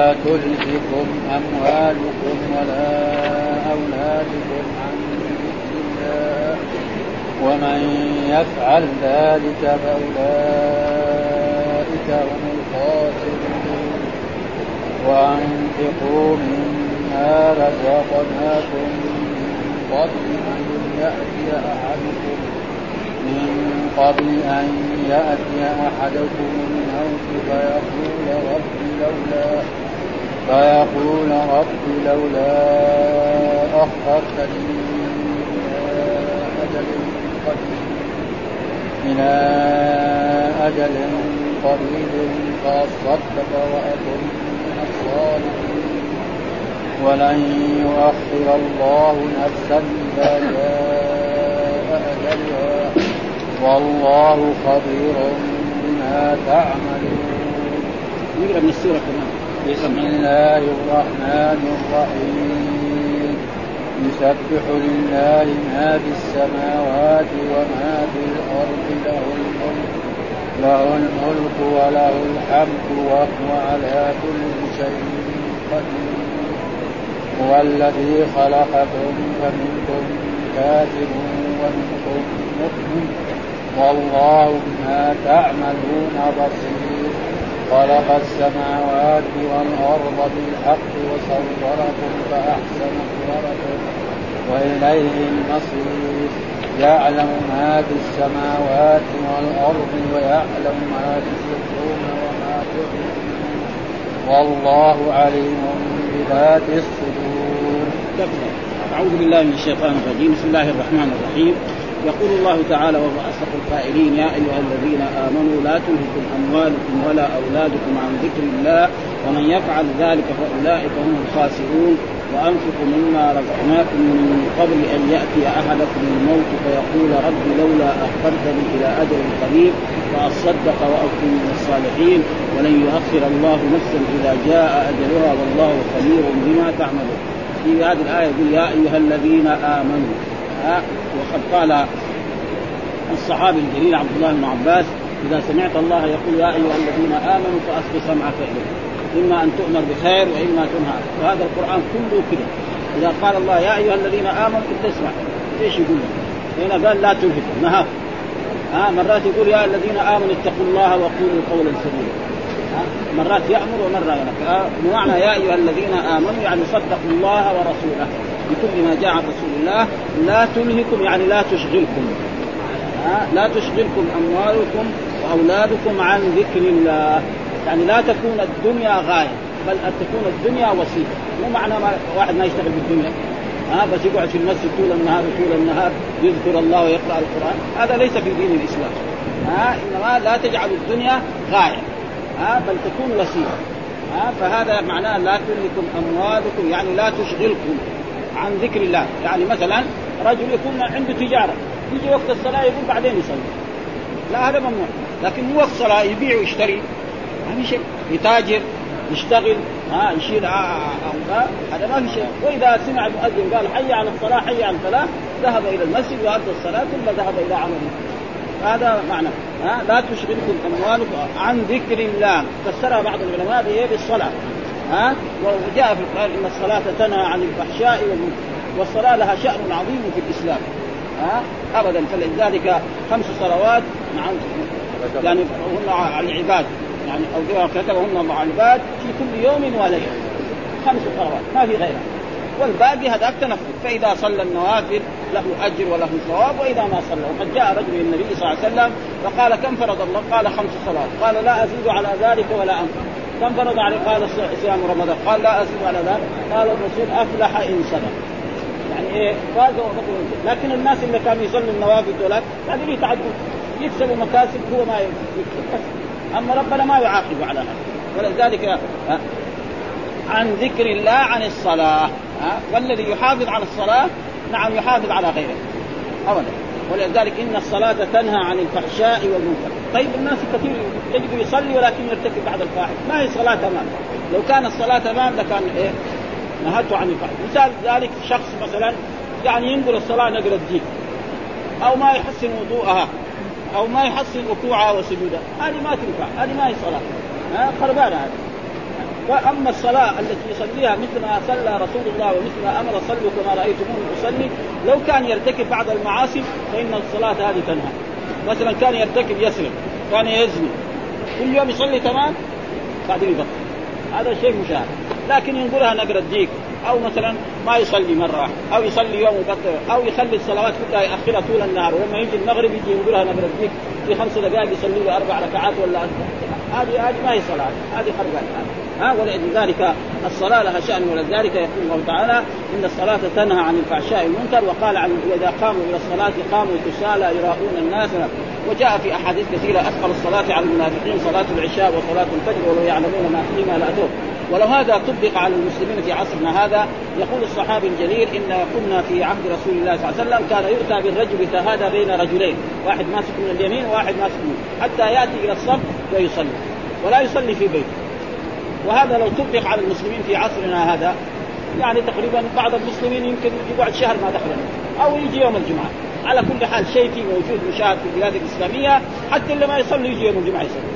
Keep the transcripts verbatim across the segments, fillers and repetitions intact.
ولا تلهكم أموالكم ولا أولادكم عن ذكر الله ومن يفعل ذلك فأولئك هم الخاسرون. وأنفقوا مما رزقناكم من قبل أن يأتي أحدكم من قبل أن يأتي أحدكم الموت فيقول رب لولا فيقول رب لولا أخرتني إلى أجل قريب فأصدق وأكن من الصالحين ولن يؤخر الله نفسا إذا جاء أجلها والله خبير بما تعملون. نقرأ من السورة كمان. بسم الله الرحمن الرحيم. يسبح لله ما في السماوات وما في الأرض له الملك له الملك وله الحمد وهو على كل شيء قدير. هو الذي خلقكم فمنكم كافر ومنكم مؤمن والله بما تعملون بصير. خلق السماوات والأرض بالحق وصوركم فأحسن صوركم وإليه المصير. يعلم ما في السماوات والأرض ويعلم ما تسرون وما تعلنون والله عليم بذات الصدور. أعوذ بالله من الشيطان الرجيم. بسم الله الرحمن الرحيم. يقول الله تعالى وهو أصدق القائلين يا أيها الذين آمنوا لا تلهكم أموالكم ولا أولادكم عن ذكر الله ومن يفعل ذلك فأولئك هم الخاسرون. وأنفقوا مما رزقناكم من قبل أن يأتي أحدكم الموت فيقول رب لولا أخرتني إلى أجل قريب فأصدق وأكن من الصالحين ولن يؤخر الله نفسا إذا جاء أجلها والله خبير بما تعملون. في هذه الآية يقول يا أيها الذين آمنوا. وقد قال الصحابي الجليل عبد الله بن عباس إذا سمعت الله يقول يا أيها الذين آمنوا فأصغ سمعك إليه إما أن تؤمر بخير وإما تنهى. وهذا القرآن كله كده إذا قال الله يا أيها الذين آمنوا تسمع إيش يقول هنا؟ قال لا تلهكم نهاكم. آه مرات يقول يا الذين آمنوا اتقوا الله وقولوا قولا سديدا. آه مرات يأمر ومرة ينهى. آه بمعنى يا أيها الذين آمنوا يعني صدقوا الله ورسوله بكل ما جاء عن رسول الله. لا تلهكم يعني لا تشغلكم آه لا تشغلكم أموالكم وأولادكم عن ذكر الله. يعني لا تكون الدنيا غاية بل أن تكون الدنيا وسيلة. مو معنى ما واحد ما يشتغل بالدنيا آه بس يقعد في المسجد طول النهار وطول النهار يذكر الله ويقرأ القرآن. هذا ليس في دين الإسلام. آه إنما لا تجعل الدنيا غاية آه بل تكون وسيلة. آه فهذا معناه لا تلهكم أموالكم يعني لا تشغلكم عن ذكر الله. يعني مثلا رجل يكون عنده تجارة يجي وقت الصلاة يقول بعدين يصلي. لا هذا ممنوع. لكن مو وقت الصلاة يبيع ويشتري ما في شيء. يتاجر يشتغل ها يشيل هذا ما في شيء. وإذا سمع المؤذن قال حي على الصلاة حي على الفلاح ذهب إلى المسجد وأدى الصلاة ثم ذهب إلى عمله. هذا معنى ها لا تشغلكم أموالكم عن ذكر الله. فسرها بعض العلماء بإيه؟ بالصلاة. ها وجاء في القرآن إن الصلاة تنهى عن الفحشاء والمنكر. والصلاة لها شأن عظيم في الإسلام ها أبدا. فلذلك خمس صلوات نعم يعني هن على العباد يعني أو كتبهن مع العباد في كل يوم وليلة خمس صلوات ما في غيرها. والباقي هذاك تنفل. فإذا صلى النوافل له أجر وله ثواب وإذا ما صلى. وقد جاء رجل النبي صلى الله عليه وسلم فقال كم فرض الله؟ قال خمس صلوات. قال لا أزيد على ذلك ولا أنقص. كم فرض عليه؟ قال صيام رمضان. قال لا أزيد على ذلك. قال الرسول أفلح إن صدق. يعني إيه فاز وبطل. لكن الناس اللي كانوا يصلوا النوافل دولات هذول يتعدوا يكسبوا مكاسب هو ما يكسب. أما ربنا ما يعاقب على هذا. ولذلك عن ذكر الله عن الصلاة. والذي يحافظ على الصلاة نعم يحافظ على غيره أولا. ولذلك إن الصلاة تنهى عن الفحشاء والمنكر. طيب الناس كثير يجب يصلي ولكن يرتكب بعد الفاحش. ما هي صلاة تمام. لو كان الصلاة تمام لكان إيه نهته عن الفحش. مثال ذلك شخص مثلا يعني ينقل الصلاة نقل الدين أو ما يحسن وضوءها أو ما يحسن ركوعها وسجودها. هذه ما تنفع. هذه ما هي صلاة. ها خربانة هذه. واما الصلاه التي يصليها مثل ما صلى رسول الله ومثل ما امر صلوا كما رايتموني اصلي، لو كان يرتكب بعض المعاصي فان الصلاه هذه تنهى. مثلا كان يرتكب يسرق، كان يزني، كل يوم يصلي تمام بعدين يبطل، هذا شيء مشاهد. لكن ينقلها نقرة ديك، أو مثلا ما يصلي مرة، أو يصلي يوم ويبطل، أو يخلي الصلوات كلها يأخرها طول النهار، ولما يجي المغرب يجي ينقلها نقرة ديك في خمس دقائق يصلي له أربع ركعات ولا هذه هذه ما هي صلاة، هذه خربانة. ها ولذلك الصلاة لها شأن، ولذلك يقول الله تعالى إن الصلاة تنهى عن الفحشاء والمنكر، وقال عن إذا قاموا إلى الصلاة قاموا كسالى يراؤون الناس. وجاء في أحاديث كثيرة أثقل الصلاة على المنافقين صلاة العشاء وصلاة الفجر ولو يعلمون ما فيهما لأتوه. ولو هذا طبق على المسلمين في عصرنا هذا، يقول الصحابي الجليل إن كنا في عهد رسول الله صلى الله عليه وسلم كان يؤتى بالرجل يتهادى بين رجلين، واحد ماسك من اليمين وواحد ماسك من حتى يأتي إلى الصف ويصلي ولا يصلي في بيته. وهذا لو طبق على المسلمين في عصرنا هذا، يعني تقريبا بعض المسلمين يمكن يقعد شهر ما دخل أو يجي يوم الجمعة. على كل حال شيء في موجود مشاهد في البلاد الإسلامية، حتى اللي ما يصلي يجي يوم الجمعة يصلي،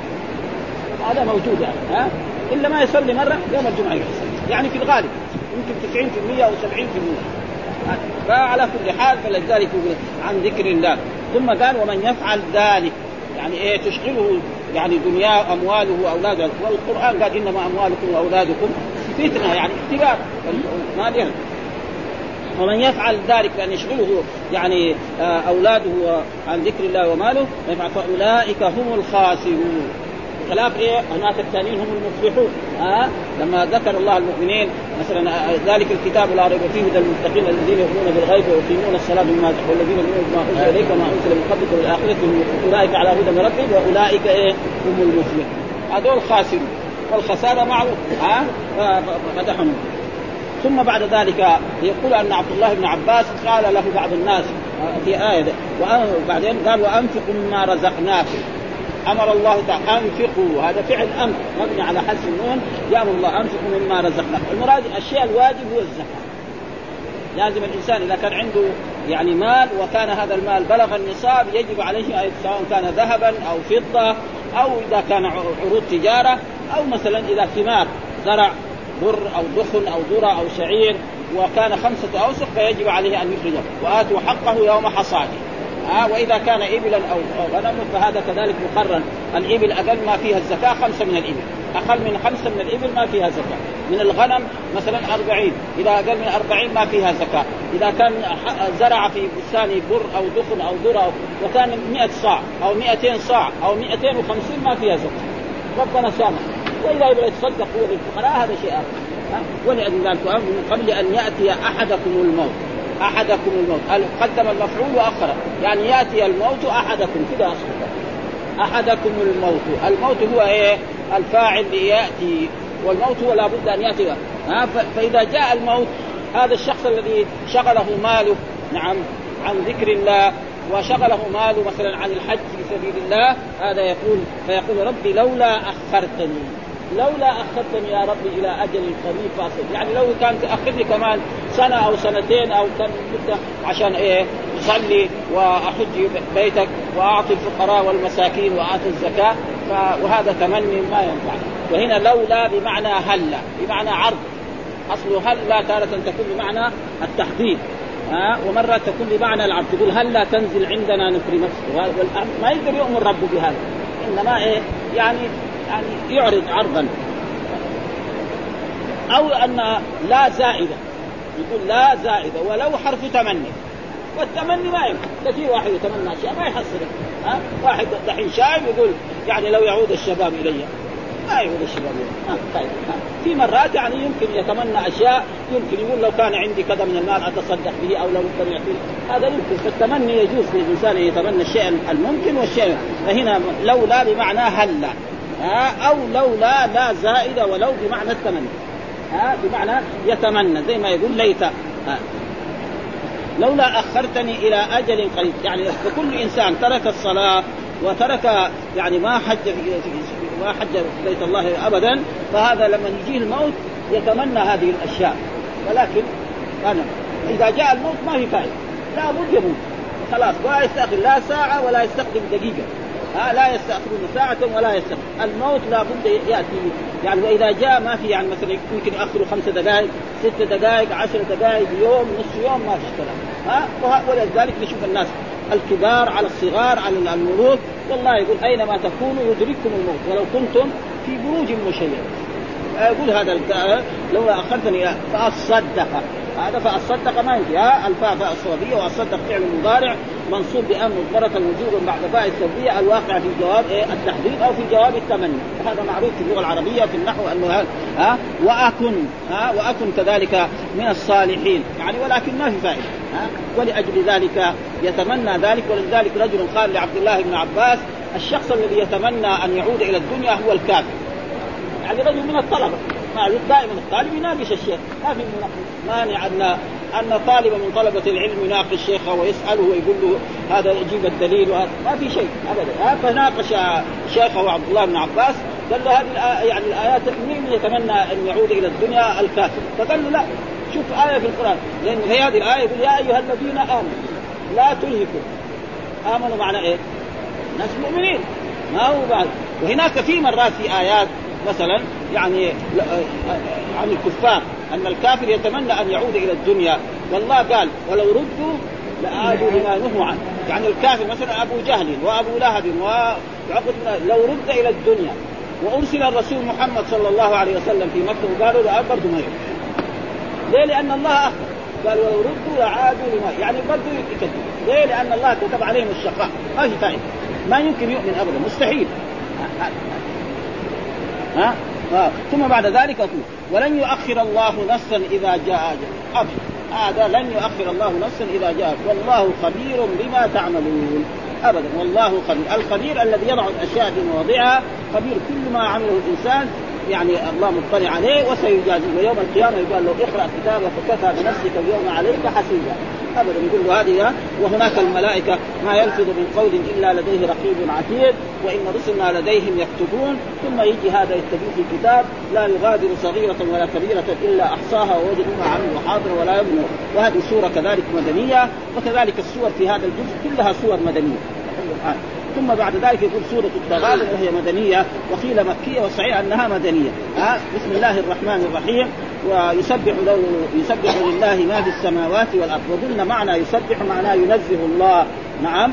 هذا موجود يعني. ها إلا ما يصلي مرة يوم الجمعة يصلي، يعني في الغالب يمكن تسعين في المية أو سبعين في المية. فعلى كل حال فلذلك عن ذكر الله. ثم قال ومن يفعل ذلك، يعني إيه تشغله يعني دنيا أمواله وأولاده. والقرآن قال إنما أموالكم وأولادكم فتنة، يعني اختبار ما لهم. ومن يفعل ذلك بأن يشغله يعني أولاده عن ذكر الله وماله فأولئك هم الخاسرون. خلاف إيه هناك الثانيين هم المفلحون. آه؟ لما ذكر الله المؤمنين مثلا ذلك الكتاب لا ريب فيه هدى للمتقين الذين يؤمنون بالغيب ويقيمون الصلاة مما والذين يؤمنون بما أنزل إليك وما أنزل من قبلك والآخرة أولئك على هدى من ربهم وأولئك إيه هم المفلحون. هذول خاسرون، والخسارة معروف. آه؟ فمدحهم. ثم بعد ذلك يقول أن عبد الله بن عباس قال له بعض الناس في آية، وبعدين قال وأنفقوا مما رزقناكم. أمر الله تعالى أنفقوا، هذا فعل أمر مبني على حذف النون، يأمر الله أنفقوا مما رزقناكم. المراد الشيء الواجب هو الزكاة. لازم الإنسان إذا كان عنده يعني مال وكان هذا المال بلغ النصاب يجب عليه سواء كان ذهبا أو فضة أو إذا كان عروض تجارة أو مثلا إذا ثمار زرع بر أو دخن أو ذرة أو شعير وكان خمسة أوسق فيجب عليه أن يخرجه وآتوا حقه يوم حصاده. آه وإذا كان إبلا أو غنم فهذا كذلك مقرن. الإبل أقل ما فيها الزكاة خمسة من الإبل، أقل من خمسة من الإبل ما فيها زكاة. من الغنم مثلا أربعين، إذا أقل من أربعين ما فيها زكاة. إذا كان زرع في بستان بر أو دخن أو ذرة وكان مئة صاع أو مئتين صاع أو مئتين وخمسين ما فيها زكاة، ربنا سامح. وإذا يبغى يتصدق هو للفقراء هذا شيء آخر. ولأن ذلك من قبل أن يأتي أحدكم الموت، أحدكم الموت قدم المفعول وأخر، يعني يأتي الموت أحدكم كده أصلا. أحدكم الموت، الموت هو إيه الفاعل ليأتي، والموت هو لابد أن يأتي. ها فإذا جاء الموت هذا الشخص الذي شغله ماله نعم عن ذكر الله وشغله ماله مثلا عن الحج في سبيل الله، هذا يقول فيقول ربي لولا أخرتني لولا أخرتني يا ربي إلى أجل قريب فاصل. يعني لو كان تأخذني كمان سنة أو سنتين أو كم مدة عشان إيه أصلي وأحج بيتك وأعطي الفقراء والمساكين وأعطي الزكاة، وهذا تمني ما ينفع. وهنا لولا بمعنى هلا بمعنى عرض، أصله هلا تارة تكون بمعنى التحديد ها ومرة تكون بمعنى العرض. تقول هلا تنزل عندنا نكرمك، ما يقدر يؤمر ربه بهذا، إنما إيه يعني يعني يعرض عرضا. أو أن لا زائدة، يقول لا زائدة ولو حرف تمني، والتمني ما يمكن. كثير واحد يتمنى أشياء ما يحصل. ها واحد دحين شايب يقول يعني لو يعود الشباب إلي، ما يعود الشباب إلي. ها طيب ها. في مرات يعني يمكن يتمنى أشياء، يمكن يقول لو كان عندي كذا من المال أتصدق به أو لو كان يعطيه، هذا يمكن. فالتمني يجوز للإنسان يتمنى الشيء الممكن والشيء. فهنا لولا بمعنى هلا، أو لولا لا زائدة ولو بمعنى التمني، ها بمعنى يتمنى زي ما يقول ليت. لولا أخرتني إلى أجل قريب، يعني فكل إنسان ترك الصلاة وترك يعني ما حج ما حج بيت الله أبدا، فهذا لما يجيه الموت يتمنى هذه الأشياء. ولكن أنا إذا جاء الموت ما في فائدة، لا بد يموت خلاص، ولا يستأخر لا ساعة ولا يستخدم دقيقة. ها لا يستأخرون ساعة ولا يستقدمون. الموت لا بد يأتي يعني، وإذا جاء ما في يعني مثلا يمكن يأخروا خمس دقائق ست دقائق عشر دقائق يوم نصف يوم ما في كلام. ها ولذلك نشوف الناس الكبار على الصغار على الملوك والله يقول أينما تكونوا يدرككم الموت ولو كنتم في بروج مشيدة. يقول هذا لو أخذتني فأصدق، هذا فأصدق ما ينفي. ها الفاء فاء الصوابية وأصدق فعل مضارع منصوب بأن مضمرة وجوبا بعد فاء السببية الواقع في جواب إيه التحديد أو في جواب التمني. هذا معروف في اللغة العربية في النحو أنه ها وأكن ها وأكن كذلك من الصالحين يعني، ولكن ما في فائدة. ها ولأجل ذلك يتمنى ذلك. ولذلك رجل قال لعبد الله بن عباس الشخص الذي يتمنى أن يعود إلى الدنيا هو الكافر. يعني رجل من الطلبة معروف دائما الطالب يناقش الشيخ، ما في مانع أن أن طالب من طلبة العلم يناقش الشيخ ويسأله ويقول له هذا يجيب الدليل وهذا ما في شيء أبدا. فناقش شيخه عبد الله بن عباس قال له هذه يعني الآيات مين يتمنى أن يعود إلى الدنيا الكافر؟ فقال له لا، شوف آية في القرآن، لأن في هذه الآية يقول يا أيها الذين آمنوا لا تلهكم. آمنوا معنى إيه؟ ناس مؤمنين ما هو بعد. وهناك في مرات في آيات مثلا يعني عن الكفار أن الكافر يتمنى أن يعود إلى الدنيا، والله قال ولو ردوا لعادوا لما نهوا عنه. يعني الكافر مثلا أبو جهل وأبو لهب وعقد لو رد إلى الدنيا وأرسل الرسول محمد صلى الله عليه وسلم في مكة وقالوا له برضو ما يعود. ليه؟ لأن الله أخبر قال ولو ردوا لعادوا لما يعني برضو يكذبوا. ليه؟ لأن الله كتب عليهم الشقاء ما في فائدة، ما يمكن يؤمن أبدا، مستحيل. ها آه. ثم بعد ذلك أقول ولن يؤخر الله نفسا إذا جاء أجل. أبدا هذا لن يؤخر الله نفسا إذا جاء، والله خبير بما تعملون. أبدا والله خبير، الخبير الذي يضع الأشياء في مواضعها، خبير كل ما عمله الإنسان يعني الله مطلع عليه وسيجازيه. ويوم القيامة يقال له اقرأ كتابك فكفى بنفسك اليوم عليك حسيبا. أبدا يقول له هذه. وهناك الملائكة ما يلفظ من قول إلا لديه رقيب عتيد وإن رسلنا لديهم يكتبون. ثم يجي هذا يكتبون في كتاب لا يغادر صغيرة ولا كبيرة إلا أحصاها ووجدوا ما عملوا حاضر ولا يظلمون. وهذه سورة كذلك مدنية، وكذلك السور في هذا الجزء كلها سور مدنية. ثم بعد ذلك يقول سورة التغابن وهي مدنية، وقيل مكية وصحيح أنها مدنية. ها بسم الله الرحمن الرحيم. ويسبح له يسبح لله ما في السماوات والأرض. وقلنا معنى يسبح معناه ينزه الله نعم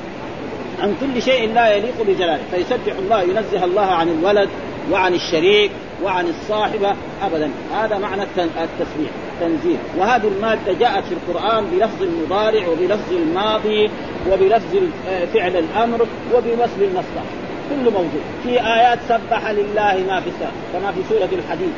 عن كل شيء لا يليق بجلاله، فيسبح الله ينزه الله عن الولد وعن الشريك وعن الصاحبة أبدا. هذا معنى التسبيح تنزيه. وهذه المادة جاءت في القرآن بلفظ المضارع وبلفظ الماضي وبلفظ فعل الأمر وبلفظ المصدر، كل موجود في آيات سبح لله ما في السماء كما في سورة الحديد.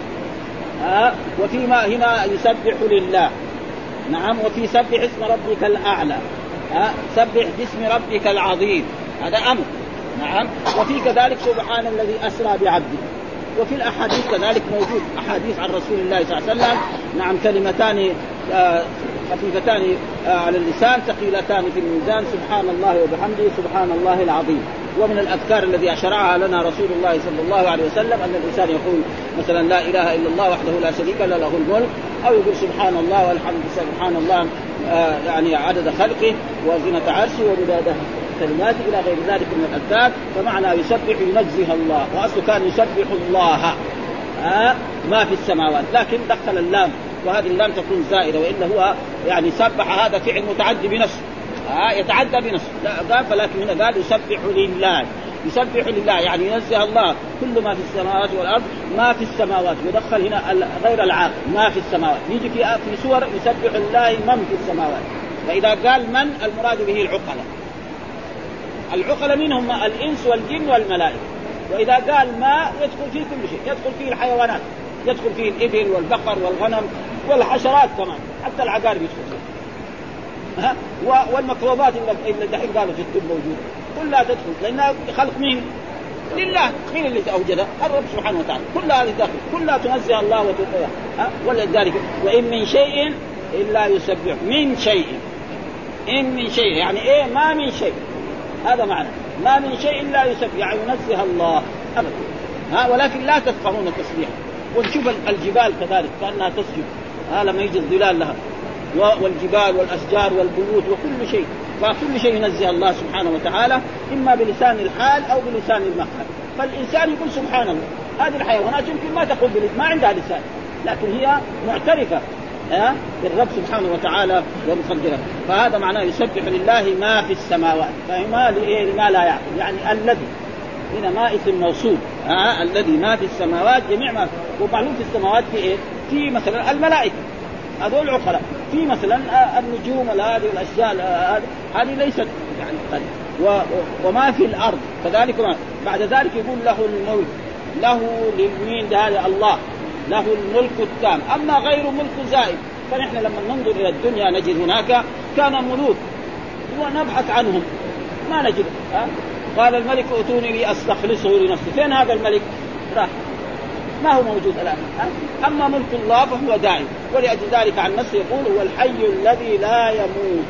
ها وفيما هنا يسبح لله نعم. وفي سبح اسم ربك الأعلى. ها سبح باسم ربك العظيم هذا أمر نعم. وفي كذلك سبحان الذي أسرى بعبده. وفي الأحاديث كذلك موجود أحاديث عن رسول الله صلى الله عليه وسلم نعم كلمتان آه خفيفتان آه على اللسان ثقيلتان في الميزان سبحان الله وبحمده سبحان الله العظيم. ومن الأذكار الذي أشرعها لنا رسول الله صلى الله عليه وسلم أن الإنسان يقول مثلا لا إله إلا الله وحده لا شريك له له الملك، أو يقول سبحان الله والحمد سبحان الله آه يعني عدد خلقه وزنة عرشه ومداد كلماته إلى غير ذلك من الأذكار. فمعنى يسبح ينزه الله، وأصله كان يسبح الله آه ما في السماوات، لكن دخل اللام وهذه اللام تكون زائدة، وإلا هو يعني سبح هذا فعل متعدي بنفسه آه يتعدى بنفسه لا قال، فلكن هنا قال يسبح لله. يسبح لله يعني ينزه الله كل ما في السماوات والأرض. ما في السماوات ودخل هنا غير العاقل ما في السماوات. يجي في في سور يسبح الله من في السماوات، فإذا قال من المراد به العقلاء. العقلاء منهم الإنس والجن والملائكة. وإذا قال ما يدخل فيه كل شيء، يدخل فيه الحيوانات، يدخل فيه الإبل والبقر والغنم والحشرات كمان، حتى العقارب يدخل فيه. ها والميكروبات اللي دحين قالوا في الطب موجودة كلها تدخل، لأنها خلق مين؟ لله. مين اللي أوجدها؟ الرب سبحانه وتعالى. كلها تدخل، كلها تنزه الله وتطيع. ها ولذلك وإن من شيء إلا يسبح. من شيء إن من شيء يعني إيه؟ ما من شيء، هذا معنى ما من شيء إلا يسبح يعني ينزه الله أبدا. ها ولكن لا تفقهون التسبيح. ونشوف الجبال كذلك كأنها تسجد ها لما يجي الظلال لها، والجبال والأشجار والبيوت وكل شيء فكل شيء ينزه الله سبحانه وتعالى إما بلسان الحال أو بلسان المقال. فالإنسان يقول سبحان الله. هذه الحيوانات يمكن ما تقول بلسان، ما عندها لسان، لكن هي معترفة ها بالرب سبحانه وتعالى ومقدره. فهذا معناه يسبح لله ما في السماوات. فما لإيه ما لا يعقل، يعني الذي هنا ما اسم موصول، ها الذي ما في السماوات جميع ما. ومعلوم في السماوات في إيه؟ في مثلا الملائكة هذول عقلاء، في مثلا النجوم هذه والأشياء هذه ليست يعني قليل. وما في الأرض كذلك. بعد ذلك يقول له الملك، له للمين هذا الله، له الملك التام. أما غير ملك زائد، فنحن لما ننظر إلى الدنيا نجد هناك كان ملوك ونبحث عنهم ما نجد. أه؟ قال الملك ائتوني لأستخلصه لنفسي. فين هذا الملك؟ راح، ما هو موجود الآن. أه؟ أما ملك الله فهو دائم. ولأجل ذلك عن نفسه يقول هو الحي الذي لا يموت،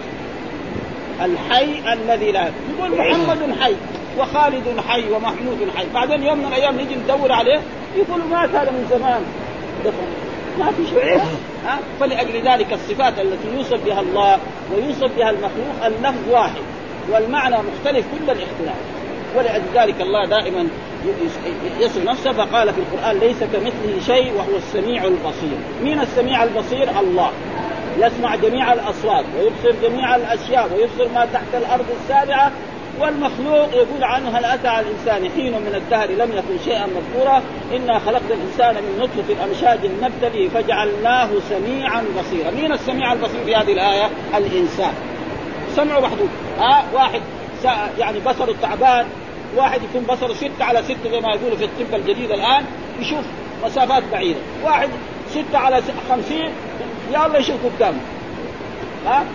الحي الذي لا يموت. يقول محمد حي وخالد حي ومحمود حي. بعدين يوم من الأيام نجي ندور عليه يقول مات هذا من زمان دفن، ما في شيء. ها فلأجل ذلك الصفات التي يوصف بها الله ويوصف بها المخلوق اللفظ واحد والمعنى مختلف كل الاختلاف. ولأجل ذلك الله دائما يصف نفسه فقال في القرآن ليس كمثله شيء وهو السميع البصير. مين السميع البصير؟ الله يسمع جميع الأصوات ويبصر جميع الأشياء ويبصر ما تحت الأرض السابعة. والمخلوق يقول عنه هل أتى على الإنسان حين من الدهر لم يكن شيئا مذكورا إنا خلقنا الإنسان من نطفة أمشاج نبتليه فجعلناه سميعا بصيرا. مين السميع البصير في هذه الآية؟ الإنسان. سمعه محدود. ها واحد يعني بصره تعبان، واحد يكون بصره ستة على ستة زي ما يقولوا في الطب الجديد الآن يشوف مسافات بعيدة، واحد ستة على خمسين يا الله يشوف قدامه. ها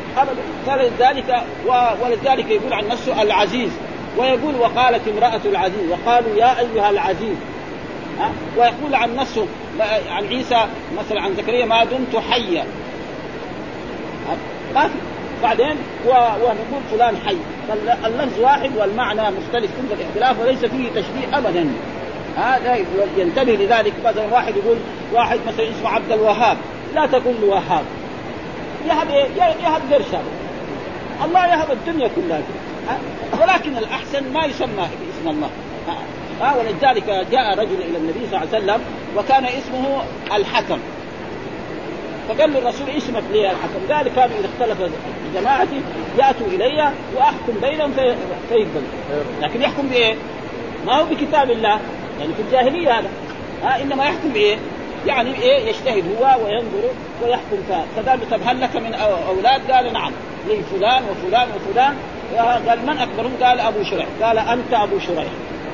فلذلك ولذلك يقول عن نفسه العزيز، ويقول وقالت امرأة العزيز وقالوا يا أيها العزيز. ها ويقول عن نفسه عن عيسى مثلا عن زكريا ما دمت حيا. ما في بعدين ونقول فلان حي. فاللفظ واحد والمعنى مختلف كل الاختلاف وليس فيه تشبيه أبدا. هذا ينتبه لذلك. مثلا واحد يقول واحد مثلا اسمه عبد الوهاب، لا تقول له وهاب، يهب إيه؟ يهب قرشا. الله يهب الدنيا كلها، ولكن الأحسن ما يسمى باسم الله. ها ولذلك جاء رجل إلى النبي صلى الله عليه وسلم وكان اسمه الحكم، فقال له الرسول اسمك لي الحكم. قال كانوا إذا اختلف جماعتي يأتوا إلي وأحكم بينهم فيقبل، لكن يحكم بإيه؟ ما هو بكتاب الله، يعني في الجاهلية هذا. ها إنما يحكم بإيه؟ يعني إيه؟ يجتهد هو وينظر ويحكم فيها. فقال طب هل لك من أولاد؟ قال نعم لي فلان وفلان وفلان. قال من أكبرهم؟ قال أبو شريح. قال أنت أبو شريح.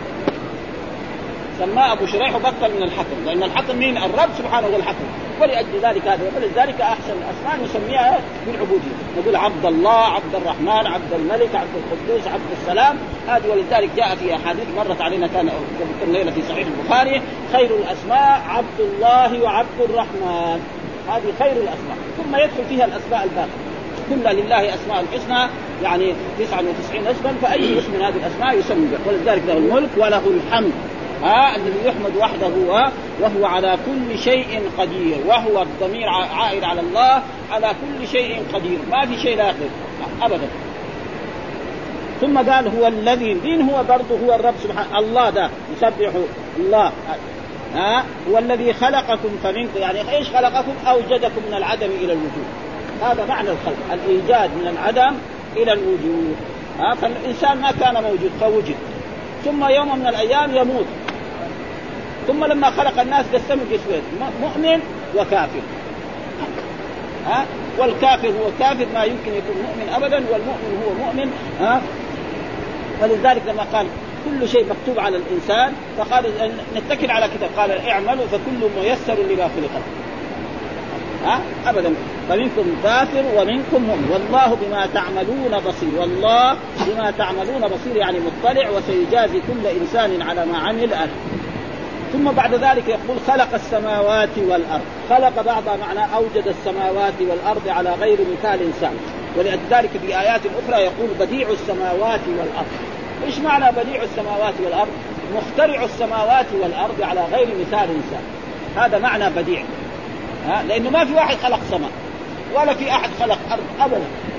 سماه أبو شريح وبطل من الحكم، لأن الحكم مين؟ الرب سبحانه هو الحكم. ولأجل ذلك هذا ولذلك أحسن الأسماء نسميها بالعبودية، نقول عبد الله، عبد الرحمن، عبد الملك، عبد القدوس، عبد السلام. هذه ولذلك جاء في أحاديث مرت علينا كان الليلة في صحيح البخاري خير الأسماء عبد الله وعبد الرحمن. هذه خير الأسماء، ثم يدخل فيها الأسماء الباقية كل لله أسماء الحسنى يعني تسعة وتسعين اسما، فأي اسم من هذه الأسماء يسمى به. ولذلك له الملك وله الحمد. ها الذي يحمد وحده هو وهو على كل شيء قدير، وهو الضمير عائد على الله على كل شيء قدير، ما في شيء لا يقدر أبدا. ثم قال هو الذي دين هو برضه هو الرب سبحانه الله ده يسبح الله. ها هو الذي خلقكم فمنكم، يعني ايش خلقكم؟ أوجدكم من العدم إلى الوجود. هذا معنى الخلق، الإيجاد من العدم إلى الوجود. ها فالإنسان ما كان موجود فوجد، ثم يوم من الأيام يموت، ثم لما خلق الناس قسموا قسمين مؤمن وكافر. ها والكافر هو كافر ما يمكن يكون مؤمن أبدا، والمؤمن هو مؤمن. ها فلذلك لما قال كل شيء مكتوب على الإنسان فقال نتكل على كتاب، قال اعملوا فكل ميسر لما خلق. ها أبدا فمنكم كافر ومنكم مؤمن والله بما تعملون بصير. والله بما تعملون بصير يعني مطلع وسيجازي كل إنسان على ما عمل أهل. ثم بعد ذلك يقول خلق السماوات والأرض. خلق بعض معنى أوجد السماوات والأرض على غير مثال إنسان. ولذلك في آيات أخرى يقول بديع السماوات والأرض. إيش معنى بديع السماوات والأرض؟ مخترع السماوات والأرض على غير مثال إنسان. هذا معنى بديع. ها؟ لأنه ما في واحد خلق سماء ولا في أحد خلق أرض أبدا.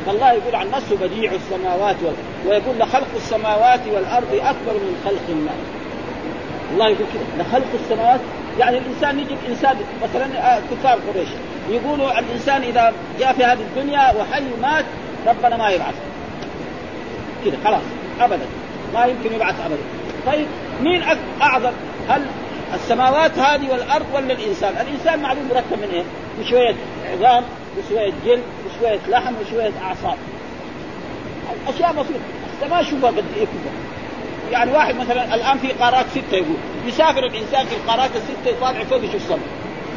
فالله يقول عن نفسه بديع السماوات والأرض، ويقول لخلق السماوات والأرض أكبر من خلق الناس. الله يقول كده لخلق السماوات، يعني الإنسان يجي إنسان مثلا كفار قريش يقولوا الإنسان إذا جاء في هذه الدنيا وحي مات ربنا ما يبعث كده خلاص أبدا، ما يمكن يبعث أبدا. طيب مين أعظم، هل السماوات هذه والأرض ولا الإنسان؟ الإنسان معلوم مركب من إيه؟ بشوية عظام وشوية جلد وشوية لحم وشوية أعصاب، أشياء بسيطة. السماء شوفها قد إيه كده، يعني واحد مثلا الآن في قارات ستة يقول يسافر الإنسان في القارات الستة يطالع فوق يشوف السماء،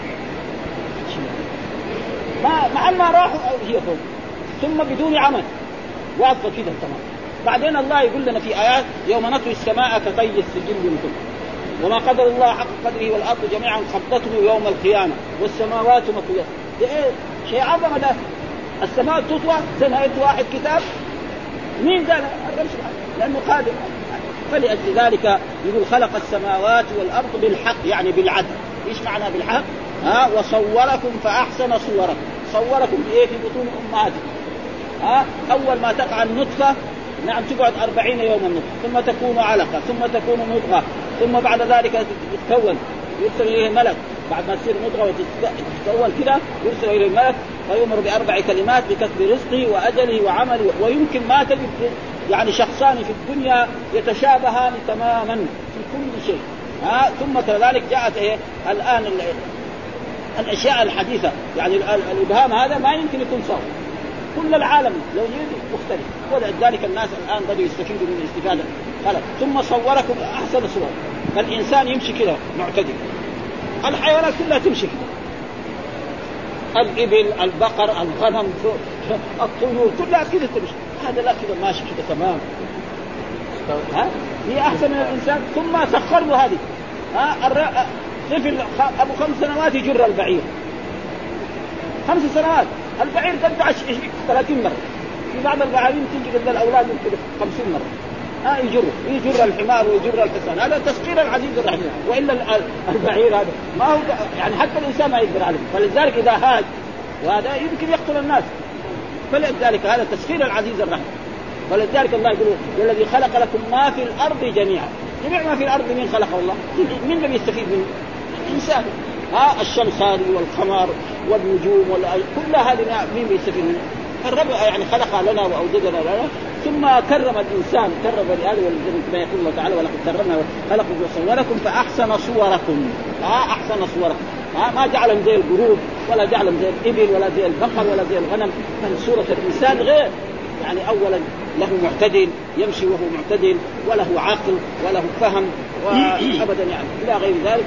ما مع ما راحوا هي فوق ثم بدون عمل واقفة كده تمام. بعدين الله يقول لنا في آيات يوم نطوي السماء كطي السجل للكتب وما قدر الله حق قدره والأرض جميعا قبضته يوم القيامة والسماوات مطويات. إيه شيء عظمة ده، السماء تطوى زي ما يطوى واحد كتاب، مين قال؟ الرب سبحانه لأنه قادر. فلأجل ذلك يقول خلق السماوات والأرض بالحق، يعني بالعدل. إيش معنى بالحق؟ ها وصوركم فأحسن صوركم. صوركم بإيه؟ في بطون أمهاتكم. ها أول ما تقع النطفة نعم تقعد أربعين يوما النطفة، ثم تكون علقة، ثم تكون مضغة، ثم بعد ذلك تتكون يرسل إليه ملك، بعد ما تصير مضغة وتتكون كده يرسل إليه ملك ويؤمر بأربع كلمات بكتب رزقه وأجله وعمله. ويمكن ما تجد يعني شخصان في الدنيا يتشابهان تماما في كل شيء. ها ثم كذلك جاءت إيه الآن الأشياء الحديثة، يعني الإبهام هذا ما يمكن يكون صار، كل العالم لو يجي مختلف، ولذلك الناس الآن بدأوا يستفيدوا من الاستفادة. خلاص ثم صوركم أحسن صور، فالإنسان يمشي كده معتدل، الحيوانات كلها تمشي كده، الإبل، البقر، الغنم، الطيور كلها كده تمشي، هذا لا كده ماشي كده تمام. ها هي أحسن من الإنسان. ثم سخر له هذه، ها طفل أبو خمس سنوات يجر البعير، خمس سنوات البعير قد ثلاثين مرة، في بعض البعارين تيجي قد الأولاد يمكن خمسين مرة. ها يجر يجر الحمار ويجر الحصان، هذا تسخير العزيز الرحيم. وإلا البعير هذا ما هو يعني حتى الإنسان ما يقدر عليه، فلذلك إذا هاج وهذا يمكن يقتل الناس، فلذلك هذا تسخير العزيز الرحيم. ولذلك الله يقول الذي خلق لكم ما في الأرض جميعا. جميع ما في الأرض من خلقه الله؟ من الذي يستفيد منه؟ الإنسان. ها الشمس هذه والقمر والنجوم كل هذه مين بيستفيد منه؟ الرب يعني خلق لنا وأوجدنا لنا، ثم كرم الإنسان، كرم بني آدم كما يقول الله تعالى ولقد كرمنا خلقكم وصوركم فأحسن صوركم. ها أحسن صوركم، ها ما جعلهم زي القرود ولا جعلهم زي الإبل ولا زي البقر ولا زي الغنم، بل صورة الإنسان غير. يعني أولا له معتدل، يمشي وهو معتدل، وله عقل وله فهم وأبدا يعني إلى غير ذلك.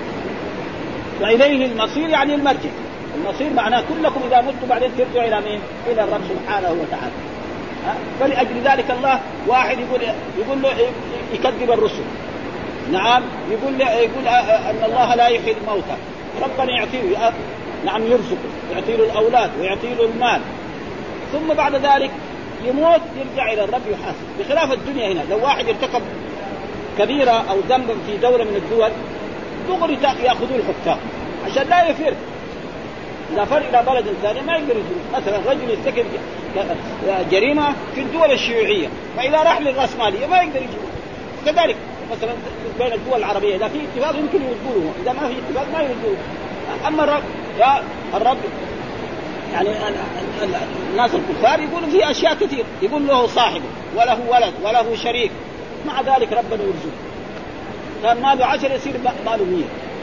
وإليه المصير، يعني المرجع. المصير معناه كلكم إذا متوا بعدين ترجعوا إلى مين؟ إلى الرب سبحانه وتعالى. فلأجل ذلك الله واحد يقول يقول له يكذب الرسل، نعم يقول له يقول أن الله لا يحيي الموتى، ربنا يعطيه نعم يرزقه، يعطيه الأولاد ويعطيه المال، ثم بعد ذلك يموت يرجع إلى الرب يحاسب. بخلاف الدنيا هنا لو واحد ارتكب كبيرة أو ذنبا في دولة من الدول دغري يأخذوا الحكام عشان لا يفر. إذا فر إلى بلد ثاني ما يقدر يجري. مثلا رجل يرتكب جريمة في الدول الشيوعية، فإذا راح للرأسمالية ما يقدر يجري. كذلك مثلا بين الدول العربية إذا في اتفاق يمكن يوجدوه، إذا ما في اتفاق ما يوجدوه. أما الرب يا الرب يعني الناس الكفار يقولوا في أشياء كثير، يقول له صاحب وله ولد وله شريك، مع ذلك ربنا يرزقه. كان ماله عشر يصير ماله مية،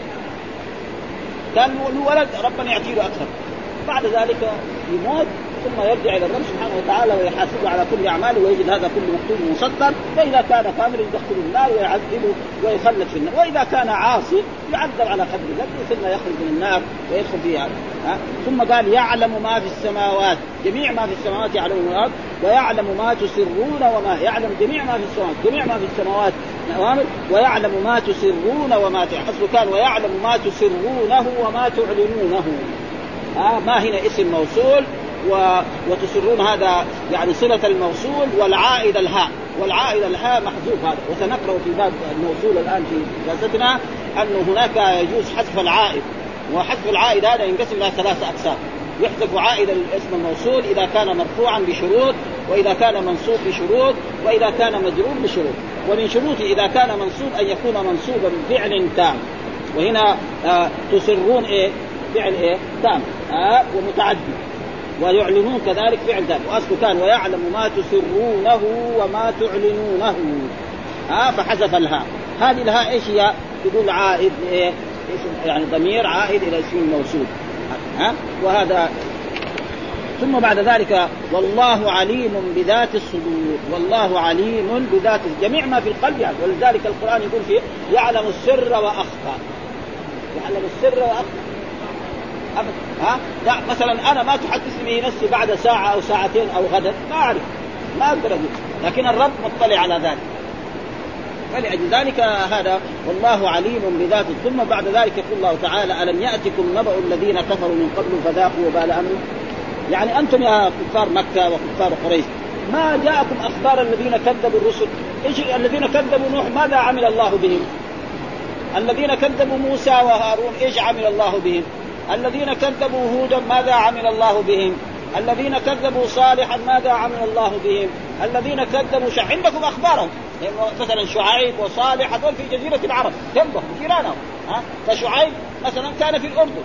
كان له ولد ربنا يعطيه أكثر، بعد ذلك يموت ثم يرجع إلى الرب سبحانه وتعالى ويحاسبه على كل أعماله ويجد هذا كله مكتوب مسطر. فإذا كان كامل يدخل النار ويعذبه ويخلد في النار، وإذا كان عاصي يعذب على قدر ذنبه ثم يخرج من النار ويدخل فيها. ها؟ ثم قال يعلم ما في السماوات، جميع ما في السماوات يعلم الأرض، ويعلم ما تسرون وما يعلم جميع ما في السماوات، جميع ما في السماوات ويعلم ما تسرون وما تعلمون، كان ويعلم ما تسرونه وما تعلنونه. ها؟ ما هنا اسم موصول و... وتسرون هذا يعني صلة الموصول، والعائد الهاء، والعائد الهاء محذوف هذا. وسنقرأ في باب الموصول الآن في دراستنا أنه هناك يجوز حذف العائد، وحذف العائد هذا ينقسم إلى ثلاثة أقسام. يحذف عائدا للاسم الموصول إذا كان مرفوعا بشروط، وإذا كان منصوب بشروط، وإذا كان مجرور بشروط. ومن شروطه إذا كان منصوب أن يكون منصوبا بفعل تام، وهنا آه تصرون إيه فعل إيه تام آه ومتعدي، ويعلنون كذلك فعل تام، وأصله كان ويعلم ما تسرونه وما تعلنونه آه فحذف الهاء. هذه الهاء إيش هي؟ يقول عائد إيه يعني ضمير عائد إلى اسم الموصول ها. وهذا ثم بعد ذلك والله عليم بذات الصدور، والله عليم بذات جميع ما في القلب يعني. ولذلك القرآن يقول فيه يعلم السر وأخفى، يعلم السر وأخفى ها. لا مثلا أنا ما تحدثني به نفسي بعد ساعة أو ساعتين أو غدا ما أعرف، ما أقدر أقول، لكن الرب مطلع على ذلك. فلأجل ذلك هذا والله عليم بذات. ثم بعد ذلك يقول الله تعالى ألم يأتكم نبأ الذين كفروا من قبل فذاقوا وبال أمرهم. يعني أنتم يا كفار مكة وكفار قريش ما جاءكم أخبار الذين كذبوا الرسل؟ إيش الذين كذبوا نوح ماذا عمل الله بهم؟ الذين كذبوا موسى وهارون إيش عمل الله بهم؟ الذين كذبوا هودا ماذا عمل الله بهم؟ الذين كذبوا صالحا ماذا عمل الله بهم؟ الذين كذبوا شع... عندكم أخبارهم مثلا شعيب وصالح هذول في جزيرة العرب جنبهم جيرانهم ها. فشعيب مثلا كان في الأردن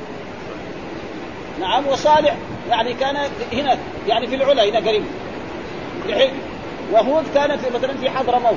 نعم، وصالح يعني كان هنا يعني في العلا هنا قريب لحج، وهود كان في مثلا في حضرموت،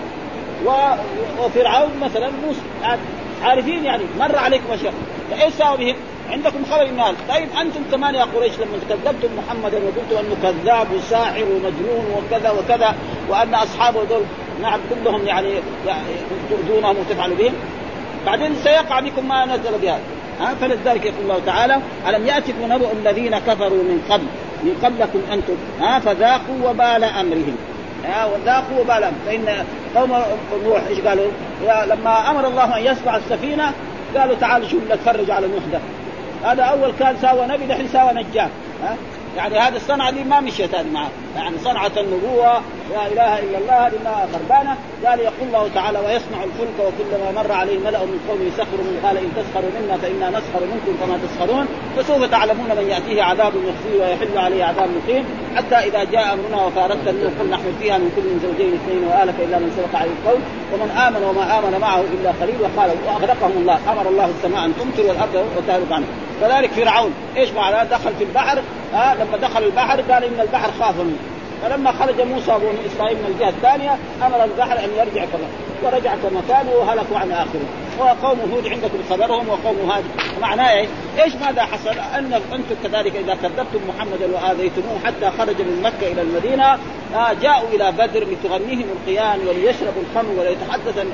وفرعون مثلا موسى عارفين يعني مر عليكم أشياء. فإيش ساووا بهم؟ عندكم خبر من هذا. طيب أنتم كمان يا قريش لما كذبتم محمدا وقلتوا أنه كذاب وساحر ومجنون وكذا وكذا وأن أصحابه دول نعم كلهم يعني تؤذونهم وتفعلوا بهم، بعدين سيقع بكم ما نزل بهذا ها. فلذلك يقول الله تعالى ألم يأتكم نبأ الذين كفروا من قبل من قبلكم أنتم ها فذاقوا وبال أمرهم ها وذاقوا وبال أمرهم. فإن قوم نوح إيش قالوا لما أمر الله أن يصنع السفينة؟ قالوا تعالوا شوف نتفرج على نوح ده، هذا أول كان ساوى نبي دحين ساوى نجار ها. يعني هذه الصنعة دي ما مشيت هذه معه، يعني صنعة النبوة لا إله إلا الله هذه ما خربانة. قال يقول الله تعالى ويصنع الفلك وكلما مر عليه ملأ من قومه سخروا منه قال إن تسخروا منا فإنا نسخر منكم كما تسخرون فسوف تعلمون من يأتيه عذاب يخزيه ويحل عليه عذاب مقيم حتى إذا جاء أمرنا وفارقت النور قل نحمل فيها من كل زوجين اثنين وآلك إلا من سبق عليه القول ومن آمن وما آمن معه إلا قليل. وقال وأغرقهم الله أمر الله السماء أن تمطر والأرض وتهلك عنه. كذلك فرعون إيش معناه؟ دخل في البحر آه لما دخل البحر قال إن البحر خاف منه، فلما خرج موسى وبني إسرائيل من الجهة الثانية أمر البحر أن يرجع كما ورجع كما كان وهلكوا عن آخره. وقوم هود عندكم خبرهم وقوم هاد. معناه إيه؟ إيش ماذا حصل؟ أن أنتم كذلك إذا كذبتم محمدا وآذيتموه حتى خرج من مكة إلى المدينة آه جاءوا إلى بدر لتغنيهم القيان وليشربوا الخمر وليتحدث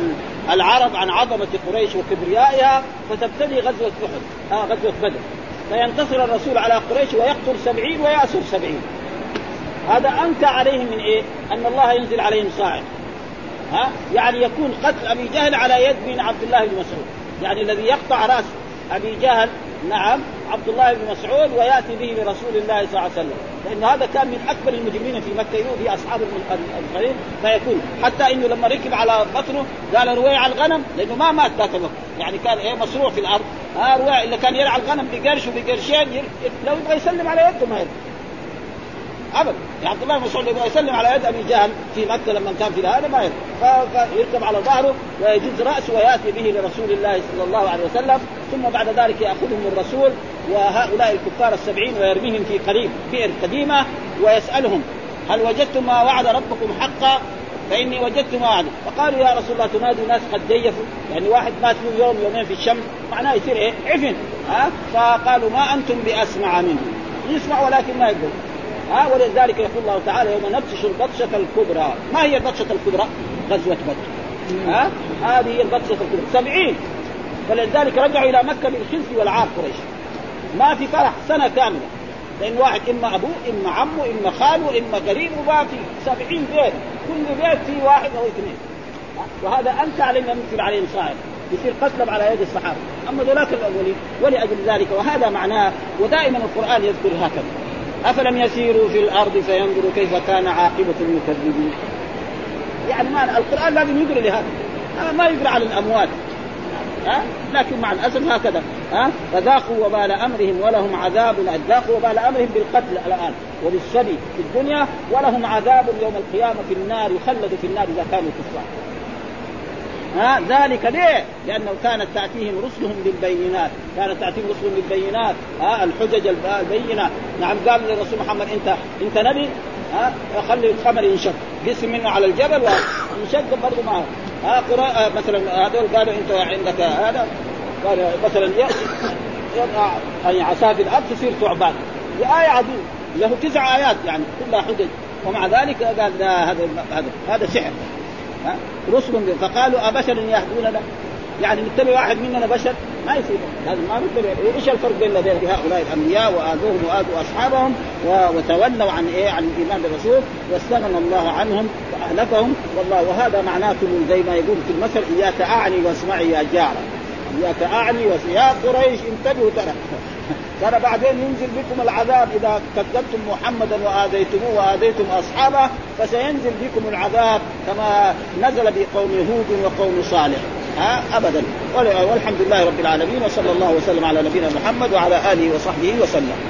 العرب عن عظمة قريش وكبريائها، فتبتدي غزوة أحد آه غزوة بدر فينتصر الرسول على قريش ويقتل سبعين ويأسر سبعين. هذا أنكى عليهم من إيه؟ أن الله ينزل عليهم صاعق ها. يعني يكون قتل أبي جهل على يد من عبد الله بن مسعود، يعني الذي يقطع رأس أبي جهل نعم عبد الله بن مسعود ويأتي به لرسول الله صلى الله عليه وسلم، لأن هذا كان من أكبر المجرمين في مكة يؤذي أصحاب الخليل. فيكون حتى إنه لما ركب على بطنه قال رويع الغنم لأنه ما مات ذاك الوقت، يعني كان إيه مصروع في الأرض ها رويع اللي كان يرعى الغنم بقرش وبقرشين لو يبغى يسلم على يده ما يرد أبدا. يعني عبد الله بن مسعود يبغى يسلم على يد أبي جهل في مكة لما كان في هذا ما يرد، فيركب على ظهره ويجز رأسه ويأتي به لرسول الله صلى الله عليه وسلم. ثم بعد ذلك يأخذهم الرسول وهؤلاء الكفار السبعين ويرميهم في قريب بئر قديمة ويسألهم هل وجدتم ما وعد ربكم حقا؟ فإني وجدت ما وعد. فقالوا يا رسول الله تنادي ناس قد جيفوا، يعني واحد مات له يوم يومين في الشمس معناه يصير إيه عفن ها. فقالوا ما أنتم بأسمع منه، يسمع ولكن ما يقول ها. ولذلك يقول الله تعالى يوم نبطش البطشة الكبرى. ما هي البطشة الكبرى؟ غزوة بدر ها. هذه هي البطشة الكبرى سبعين. فلذلك رجعوا إلى مكة بالخزي والعار قريش، ما في فرح سنة كاملة، لأن واحد إما أبوه إما عمه إما خاله إما قريب وما في سبعين بيت كل بيت فيه واحد أو اثنين. وهذا أنت علينا مثل عليهم صاعد يصير قتلهم على يد الصحابة. أما ذولاك الأولين ولأجل ذلك وهذا معناه. ودائما القرآن يذكر هكذا أفلم يسيروا في الأرض فينظروا كيف كان عاقبة المكذبين. يعني ما القرآن لازم يقرأ لهذا ما يقرأ على الأموات ها. لكن مع الأسف هكذا ها فذاقوا وبال أمرهم ولهم عذاب. ذاقوا وبال أمرهم بالقتل الآن وبالصبي في الدنيا، ولهم عذاب يوم القيامة في النار، يخلدوا في النار إذا كانوا كفار. ها ذلك ليه؟ لأنه كانت تأتيهم رسلهم بالبينات، كانت تأتيهم رسلهم بالبينات، ها الحجج البينات. نعم قال للرسول محمد أنت أنت نبي، ها خلي القمر ينشق، قسم منه على الجبل وينشق برضه معه. ها قراءة مثلا هذول قالوا أنت عندك هذا، قال مثلا يضع أي عصا في الأرض تصير ثعبان، آية عظيمة له تسع آيات يعني كلها حجج، ومع ذلك قال لا هذا هذا هذا سحر. ها رسل فقالوا أبشر يهدوننا، يعني نتبع واحد مننا بشر ما يصير، لازم ما نتبع. ايش الفرق بين هؤلاء الانبياء واذوهم واذوا اصحابهم وتولوا عن ايه عن الايمان بالرسول واستغنى الله عنهم واهلكهم والله. وهذا معناه زي ما يقول في المثل اياك اعني واسمعي يا جاره، اياك اعني يا قريش انتبهوا ترى ترى بعدين ينزل بكم العذاب إذا كذبتم محمدا وآذيتموه وآذيتم أصحابه، فسينزل بكم العذاب كما نزل بقوم هود وقوم صالح. ها أبدا. والحمد لله رب العالمين، وصلى الله وسلم على نبينا محمد وعلى آله وصحبه وسلم.